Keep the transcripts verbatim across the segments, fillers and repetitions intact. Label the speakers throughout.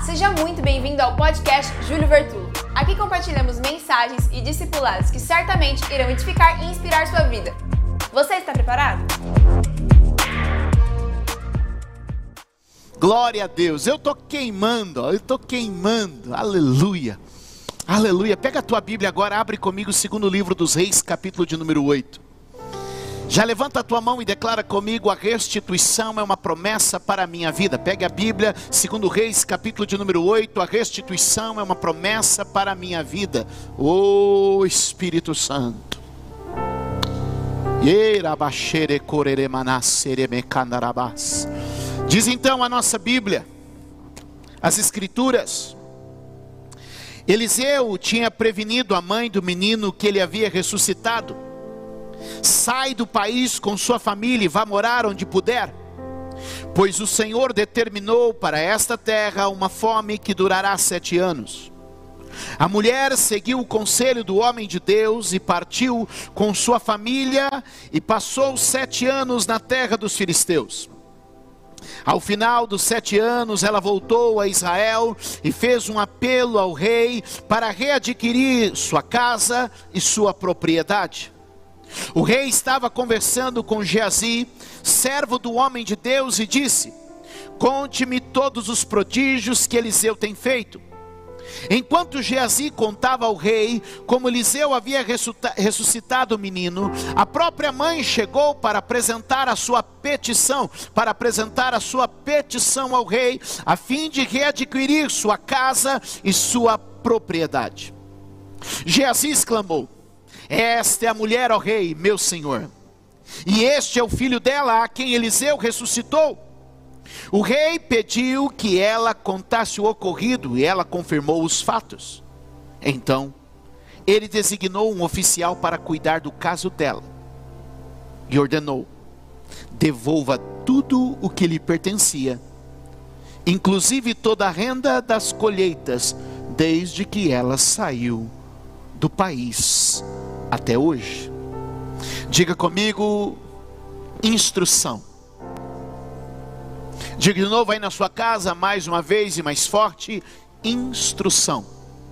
Speaker 1: seja muito bem-vindo ao podcast Júlio Vertulo. Aqui compartilhamos mensagens e discipulados que certamente irão edificar e inspirar sua vida. Você está preparado?
Speaker 2: Glória a Deus, eu estou queimando, ó, eu estou queimando, aleluia, aleluia. Pega a tua Bíblia agora, abre comigo o segundo livro dos Reis, capítulo de número oito. Já levanta a tua mão e declara comigo: a restituição é uma promessa para a minha vida. Pegue a Bíblia, segundo Reis, capítulo de número oito, a restituição é uma promessa para a minha vida. Ô Espírito Santo. Diz então a nossa Bíblia, as Escrituras: Eliseu tinha prevenido a mãe do menino que ele havia ressuscitado. Sai do país com sua família e vá morar onde puder, pois o Senhor determinou para esta terra uma fome que durará sete anos. A mulher seguiu o conselho do homem de Deus e partiu com sua família e passou sete anos na terra dos filisteus. Ao final dos sete anos, ela voltou a Israel e fez um apelo ao rei para readquirir sua casa e sua propriedade. O rei estava conversando com Geazi, servo do homem de Deus, e disse: conte-me todos os prodígios que Eliseu tem feito. Enquanto Geazi contava ao rei como Eliseu havia ressuscitado o menino, a própria mãe chegou para apresentar a sua petição, para apresentar a sua petição ao rei, a fim de readquirir sua casa e sua propriedade. Geazi exclamou: esta é a mulher, ó rei, meu senhor, e este é o filho dela a quem Eliseu ressuscitou. O rei pediu que ela contasse o ocorrido e ela confirmou os fatos. Então, ele designou um oficial para cuidar do caso dela e ordenou: devolva tudo o que lhe pertencia, inclusive toda a renda das colheitas, desde que ela saiu do país até hoje. Diga comigo: instrução. Diga de novo aí na sua casa, mais uma vez e mais forte: instrução.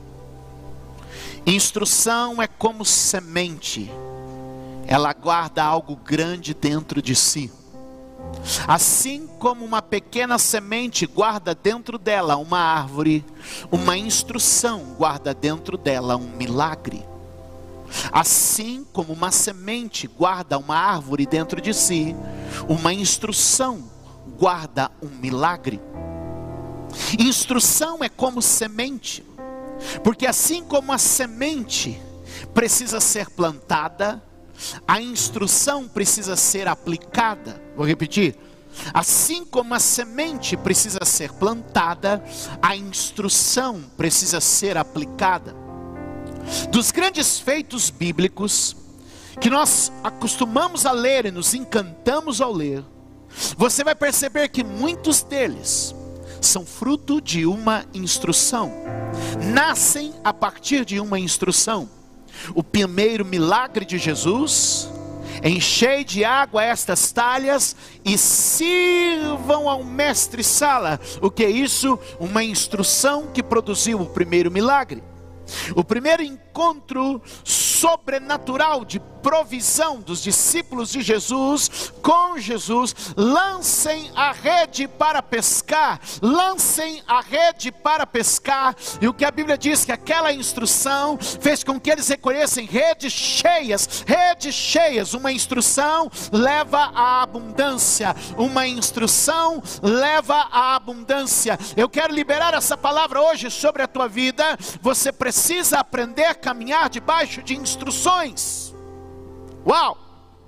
Speaker 2: Instrução é como semente, ela guarda algo grande dentro de si. Assim como uma pequena semente guarda dentro dela uma árvore, uma instrução guarda dentro dela um milagre. Assim como uma semente guarda uma árvore dentro de si, uma instrução guarda um milagre. Instrução é como semente, porque assim como a semente precisa ser plantada, a instrução precisa ser aplicada. Vou repetir: assim como a semente precisa ser plantada, a instrução precisa ser aplicada. Dos grandes feitos bíblicos que nós acostumamos a ler e nos encantamos ao ler, você vai perceber que muitos deles são fruto de uma instrução, nascem a partir de uma instrução. O primeiro milagre de Jesus: enchei de água estas talhas e sirvam ao mestre Sala. O que é isso? Uma instrução que produziu o primeiro milagre. O primeiro encontro sobrenatural de provisão dos discípulos de Jesus com Jesus: lancem a rede para pescar, lancem a rede para pescar. E o que a Bíblia diz que aquela instrução fez com que eles recolhessem redes cheias, redes cheias. Uma instrução leva à abundância, uma instrução leva à abundância. Eu quero liberar essa palavra hoje sobre a tua vida. Você precisa aprender a caminhar debaixo de instruções. Uau!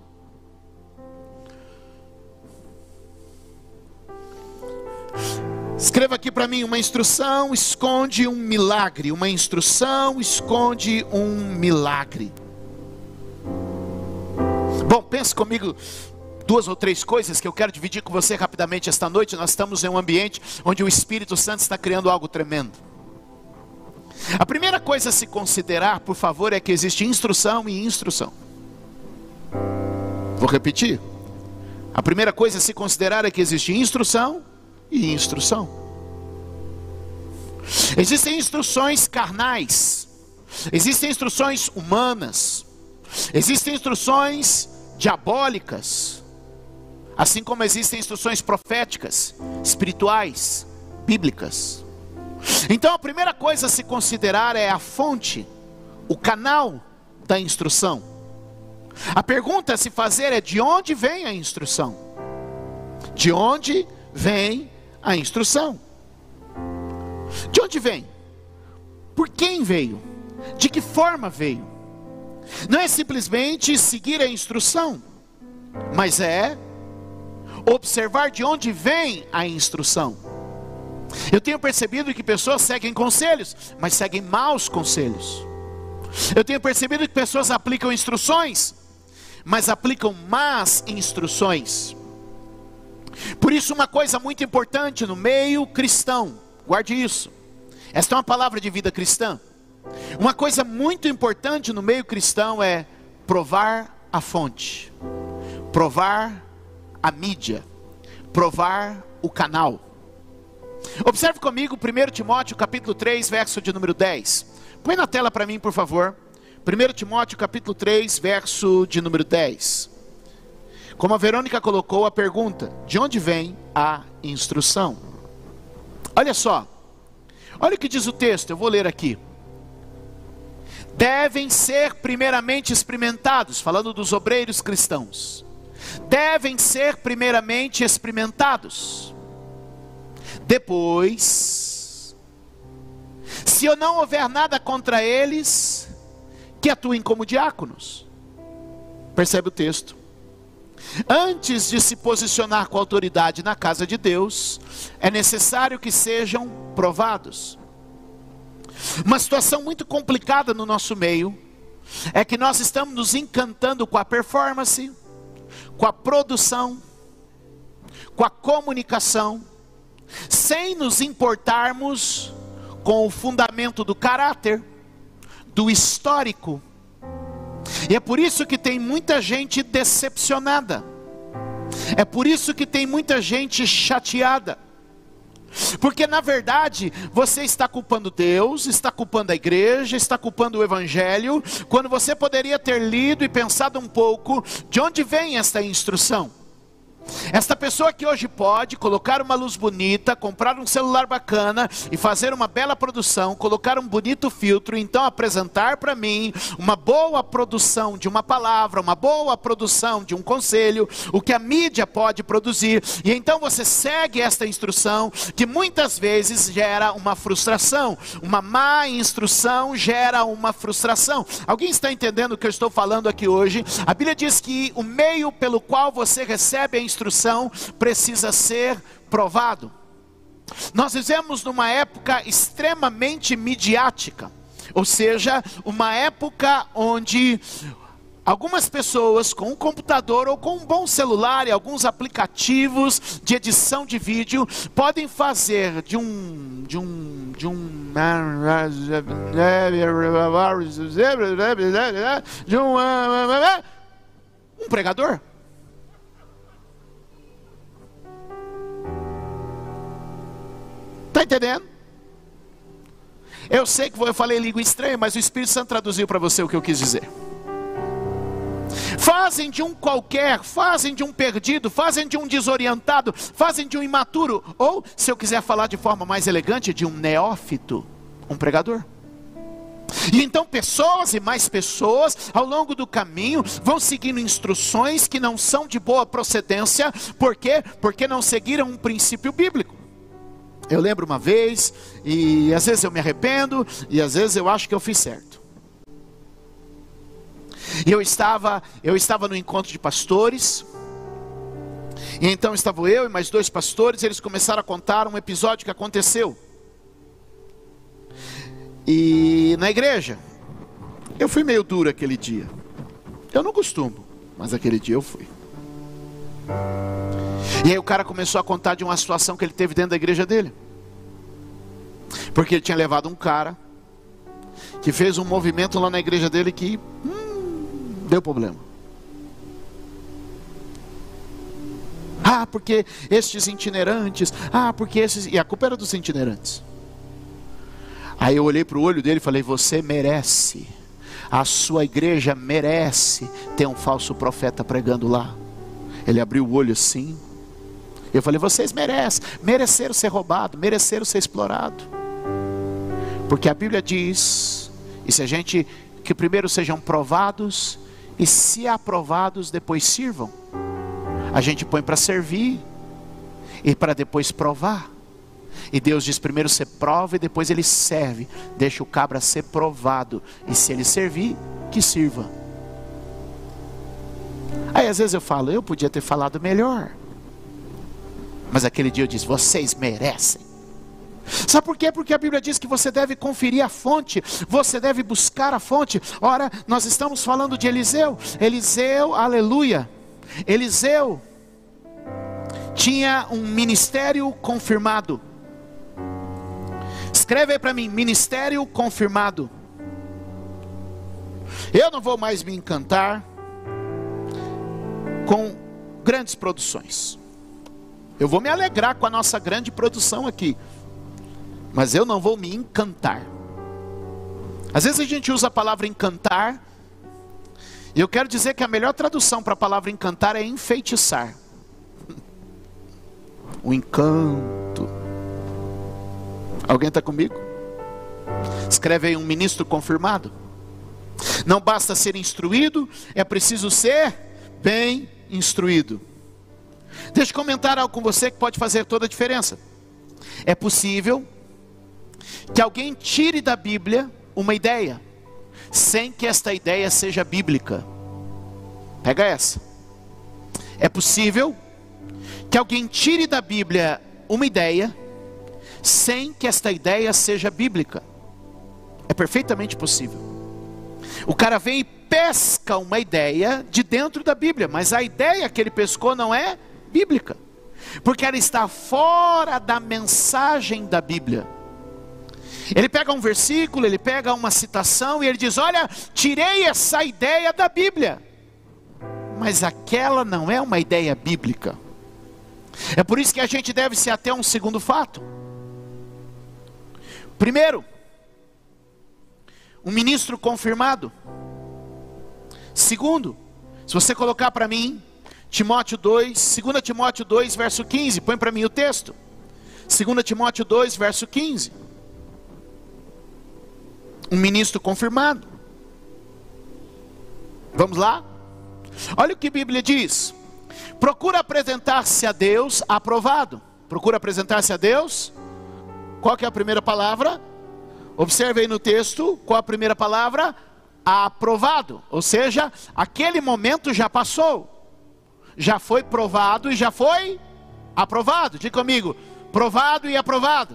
Speaker 2: Escreva aqui para mim: uma instrução esconde um milagre. Uma instrução esconde um milagre. Bom, pense comigo duas ou três coisas que eu quero dividir com você rapidamente esta noite. Nós estamos em um ambiente onde o Espírito Santo está criando algo tremendo. A primeira coisa a se considerar, por favor, é que existe instrução e instrução. Vou repetir. A primeira coisa a se considerar é que existe instrução e instrução. Existem instruções carnais, existem instruções humanas, existem instruções diabólicas, assim como existem instruções proféticas, espirituais, bíblicas. Então a primeira coisa a se considerar é a fonte, o canal da instrução. A pergunta a se fazer é: de onde vem a instrução? De onde vem a instrução? De onde vem? Por quem veio? De que forma veio? Não é simplesmente seguir a instrução, mas é observar de onde vem a instrução. Eu tenho percebido que pessoas seguem conselhos, mas seguem maus conselhos. Eu tenho percebido que pessoas aplicam instruções, mas aplicam más instruções. Por isso, uma coisa muito importante no meio cristão, guarde isso, esta é uma palavra de vida cristã. Uma coisa muito importante no meio cristão é provar a fonte, provar a mídia, provar o canal. Observe comigo primeiro Timóteo capítulo três, verso de número dez. Põe na tela para mim, por favor. primeiro Timóteo capítulo três, verso de número dez. Como a Verônica colocou a pergunta: de onde vem a instrução? Olha só, olha o que diz o texto, eu vou ler aqui. Devem ser primeiramente experimentados, falando dos obreiros cristãos. Devem ser primeiramente experimentados. Depois, se eu não houver nada contra eles, que atuem como diáconos. Percebe o texto? Antes de se posicionar com autoridade na casa de Deus, é necessário que sejam provados. Uma situação muito complicada no nosso meio é que nós estamos nos encantando com a performance, com a produção, com a comunicação, sem nos importarmos com o fundamento do caráter, do histórico. E é por isso que tem muita gente decepcionada. É por isso que tem muita gente chateada. Porque na verdade você está culpando Deus, está culpando a igreja, está culpando o evangelho, quando você poderia ter lido e pensado um pouco de onde vem esta instrução. Esta pessoa que hoje pode colocar uma luz bonita, comprar um celular bacana e fazer uma bela produção, colocar um bonito filtro, então apresentar para mim uma boa produção de uma palavra, uma boa produção de um conselho, o que a mídia pode produzir, e então você segue esta instrução que muitas vezes gera uma frustração. Uma má instrução gera uma frustração. Alguém está entendendo o que eu estou falando aqui hoje? A Bíblia diz que o meio pelo qual você recebe a instrução instrução precisa ser provado. Nós vivemos numa época extremamente midiática, ou seja, uma época onde algumas pessoas com um computador ou com um bom celular e alguns aplicativos de edição de vídeo podem fazer de um de um de um de um, um pregador. Está entendendo? Eu sei que eu falei língua estranha, mas o Espírito Santo traduziu para você o que eu quis dizer. Fazem de um qualquer, fazem de um perdido, fazem de um desorientado, fazem de um imaturo, ou, se eu quiser falar de forma mais elegante, de um neófito, um pregador. E então pessoas e mais pessoas ao longo do caminho vão seguindo instruções que não são de boa procedência. Por quê? Porque não seguiram um princípio bíblico. Eu lembro uma vez, e às vezes eu me arrependo, e às vezes eu acho que eu fiz certo. E eu estava, eu estava no encontro de pastores, e então estava eu e mais dois pastores, e eles começaram a contar um episódio que aconteceu. E na igreja, eu fui meio duro aquele dia. Eu não costumo, mas aquele dia eu fui. E aí o cara começou a contar de uma situação que ele teve dentro da igreja dele. Porque ele tinha levado um cara que fez um movimento lá na igreja dele que hum, deu problema. Ah, porque estes itinerantes, ah, porque esses... E a culpa era dos itinerantes. Aí eu olhei para o olho dele e falei: você merece, a sua igreja merece ter um falso profeta pregando lá. Ele abriu o olho assim. Eu falei: vocês merecem, mereceram ser roubado, mereceram ser explorado. Porque a Bíblia diz, e se a gente, que primeiro sejam provados, e se aprovados, depois sirvam. A gente põe para servir, e para depois provar. E Deus diz: primeiro você prova e depois ele serve. Deixa o cabra ser provado, e se ele servir, que sirva. Aí às vezes eu falo: eu podia ter falado melhor. Mas aquele dia eu disse: vocês merecem. Sabe por quê? Porque a Bíblia diz que você deve conferir a fonte, você deve buscar a fonte. Ora, nós estamos falando de Eliseu. Eliseu, aleluia. Eliseu tinha um ministério confirmado. Escreve aí para mim: ministério confirmado. Eu não vou mais me encantar com grandes produções. Eu vou me alegrar com a nossa grande produção aqui, mas eu não vou me encantar. Às vezes a gente usa a palavra encantar, e eu quero dizer que a melhor tradução para a palavra encantar é enfeitiçar. O encanto. Alguém está comigo? Escreve aí: um ministro confirmado. Não basta ser instruído, é preciso ser bem instruído. Deixa eu comentar algo com você que pode fazer toda a diferença. É possível que alguém tire da Bíblia uma ideia, sem que esta ideia seja bíblica. Pega essa. É possível que alguém tire da Bíblia uma ideia, sem que esta ideia seja bíblica. É perfeitamente possível. O cara vem e pesca uma ideia de dentro da Bíblia, mas a ideia que ele pescou não é bíblica, porque ela está fora da mensagem da Bíblia. Ele pega um versículo, ele pega uma citação e ele diz: olha, tirei essa ideia da Bíblia, mas aquela não é uma ideia bíblica. É por isso que a gente deve se ater a um segundo fato. Primeiro, um ministro confirmado. Segundo, se você colocar para mim Timóteo dois, segunda Timóteo dois, verso quinze, põe para mim o texto. segunda Timóteo dois, verso quinze. Um ministro confirmado. Vamos lá? Olha o que a Bíblia diz: procura apresentar-se a Deus aprovado. Procura apresentar-se a Deus. Qual que é a primeira palavra? Observe aí no texto, qual a primeira palavra? Aprovado. Ou seja, aquele momento já passou, já foi provado e já foi aprovado. Diga comigo: provado e aprovado.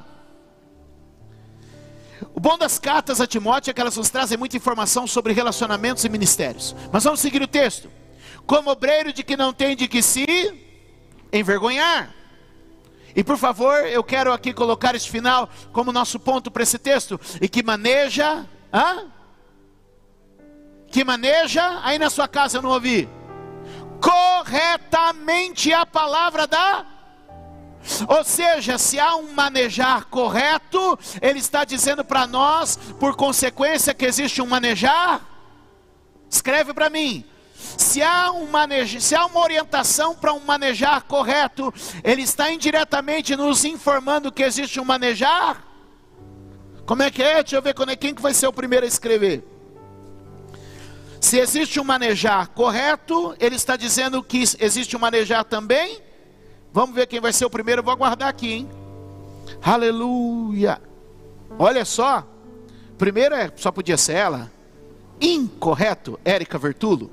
Speaker 2: O bom das cartas a Timóteo é que elas nos trazem muita informação sobre relacionamentos e ministérios. Mas vamos seguir o texto. Como obreiro de que não tem de que se envergonhar. E por favor, eu quero aqui colocar este final como nosso ponto para esse texto. E que maneja, hã? Que maneja, aí na sua casa eu não ouvi, corretamente a palavra da... Ou seja, se há um manejar correto, ele está dizendo para nós, por consequência, que existe um manejar. Escreve para mim. Se há, um manejo, se há uma orientação para um manejar correto, ele está indiretamente nos informando que existe um manejar. Como é que é? Deixa eu ver quem que vai ser o primeiro a escrever. Se existe um manejar correto, ele está dizendo que existe um manejar também. Vamos ver quem vai ser o primeiro, eu vou aguardar aqui, hein? Aleluia. Olha só. Primeiro é, só podia ser ela. Incorreto, Érica Vertulo.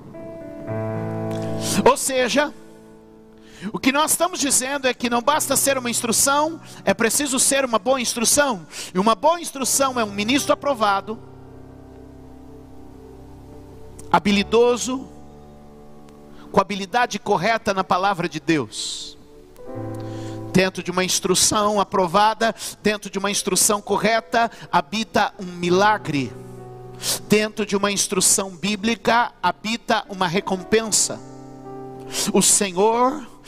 Speaker 2: Ou seja, o que nós estamos dizendo é que não basta ser uma instrução, é preciso ser uma boa instrução. E uma boa instrução é um ministro aprovado, habilidoso, com habilidade correta na palavra de Deus. Dentro de uma instrução aprovada, dentro de uma instrução correta, habita um milagre. Dentro de uma instrução bíblica, habita uma recompensa. O Senhor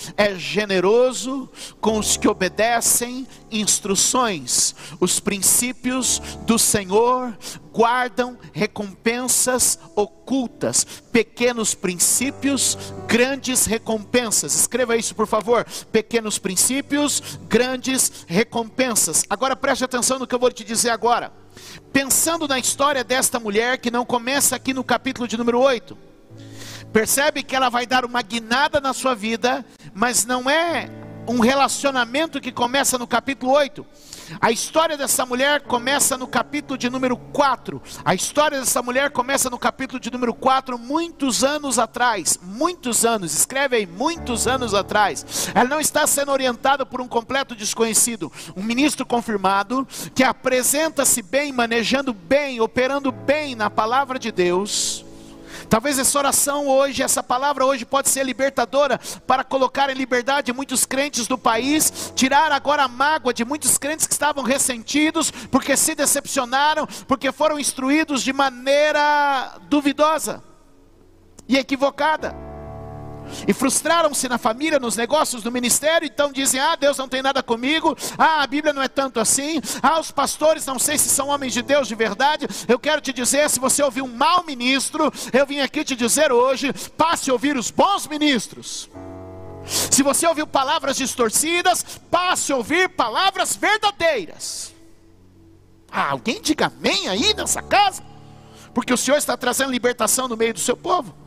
Speaker 2: é generoso com os que obedecem instruções. Os princípios do Senhor guardam recompensas ocultas. Pequenos princípios, grandes recompensas. Escreva isso, por favor. Pequenos princípios, grandes recompensas. Agora preste atenção no que eu vou te dizer agora. Pensando na história desta mulher, que não começa aqui no capítulo de número oito. Percebe que ela vai dar uma guinada na sua vida, mas não é um relacionamento que começa no capítulo oito. A história dessa mulher começa no capítulo de número quatro. A história dessa mulher começa no capítulo de número quatro, muitos anos atrás. Muitos anos, escreve aí, muitos anos atrás. Ela não está sendo orientada por um completo desconhecido. Um ministro confirmado, que apresenta-se bem, manejando bem, operando bem na palavra de Deus. Talvez essa oração hoje, essa palavra hoje pode ser libertadora para colocar em liberdade muitos crentes do país, tirar agora a mágoa de muitos crentes que estavam ressentidos, porque se decepcionaram, porque foram instruídos de maneira duvidosa e equivocada. E frustraram-se na família, nos negócios, no ministério. Então dizem, ah, Deus não tem nada comigo. Ah, a Bíblia não é tanto assim. Ah, os pastores não sei se são homens de Deus de verdade. Eu quero te dizer, se você ouvir um mau ministro, eu vim aqui te dizer hoje, passe a ouvir os bons ministros. Se você ouviu palavras distorcidas, passe a ouvir palavras verdadeiras. Ah, alguém diga amém aí nessa casa? Porque o Senhor está trazendo libertação no meio do seu povo.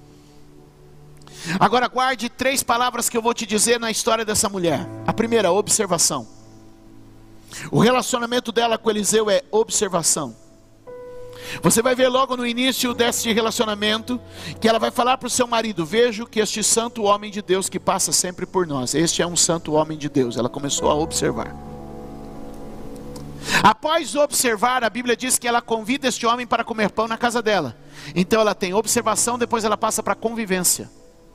Speaker 2: Agora guarde três palavras que eu vou te dizer na história dessa mulher. A primeira, observação. O relacionamento dela com Eliseu é observação. Você vai ver logo no início desse relacionamento, que ela vai falar para o seu marido, vejo que este santo homem de Deus que passa sempre por nós, este é um santo homem de Deus. Ela começou a observar. Após observar, a Bíblia diz que ela convida este homem para comer pão na casa dela. Então ela tem observação, depois ela passa para convivência.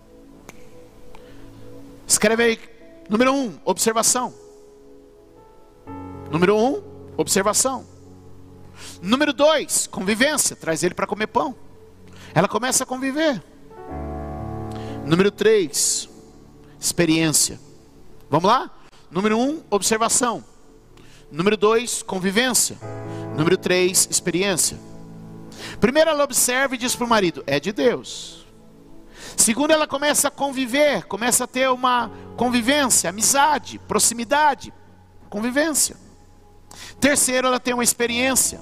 Speaker 2: Escreve aí, número um, observação. Número um, observação. Número dois, convivência, traz ele para comer pão. Ela começa a conviver. Número três, experiência. Vamos lá? Número um, observação. Número dois, convivência. Número três, experiência. Primeiro ela observa e diz para o marido, é de Deus. Segundo, ela começa a conviver, começa a ter uma convivência, amizade, proximidade, convivência. Terceiro, ela tem uma experiência.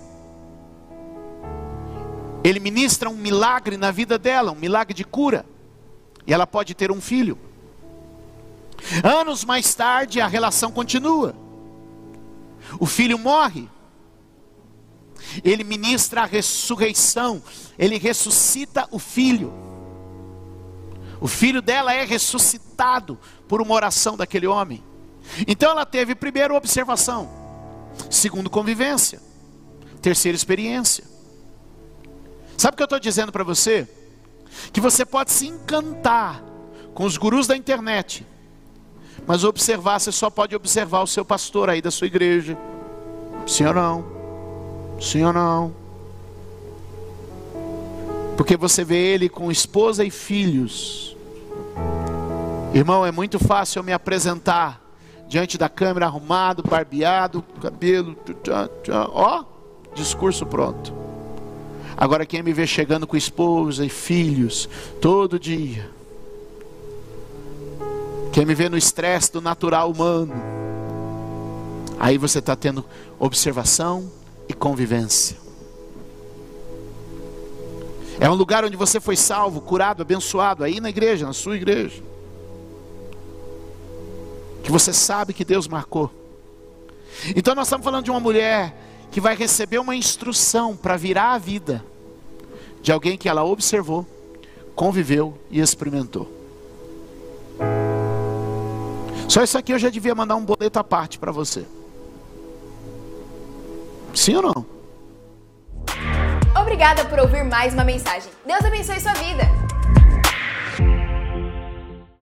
Speaker 2: Ele ministra um milagre na vida dela, um milagre de cura. E ela pode ter um filho. Anos mais tarde, a relação continua. O filho morre. Ele ministra a ressurreição. Ele ressuscita o filho. O filho dela é ressuscitado por uma oração daquele homem. Então ela teve primeiro observação, segundo convivência, terceiro experiência. Sabe o que eu estou dizendo para você? Que você pode se encantar com os gurus da internet, mas observar, você só pode observar o seu pastor aí da sua igreja. Sim ou não? Sim ou não? Porque você vê ele com esposa e filhos. Irmão, é muito fácil eu me apresentar diante da câmera, arrumado, barbeado, cabelo, tchá, tchá, ó, discurso pronto. Agora quem me vê chegando com esposa e filhos todo dia, quem me vê no estresse do natural humano, aí você está tendo observação e convivência. É um lugar onde você foi salvo, curado, abençoado, aí na igreja, na sua igreja, que você sabe que Deus marcou. Então nós estamos falando de uma mulher que vai receber uma instrução para virar a vida de alguém que ela observou, conviveu e experimentou. Só isso aqui eu já devia mandar um boleto à parte para você. Sim ou não?
Speaker 1: Obrigada por ouvir mais uma mensagem. Deus abençoe sua vida.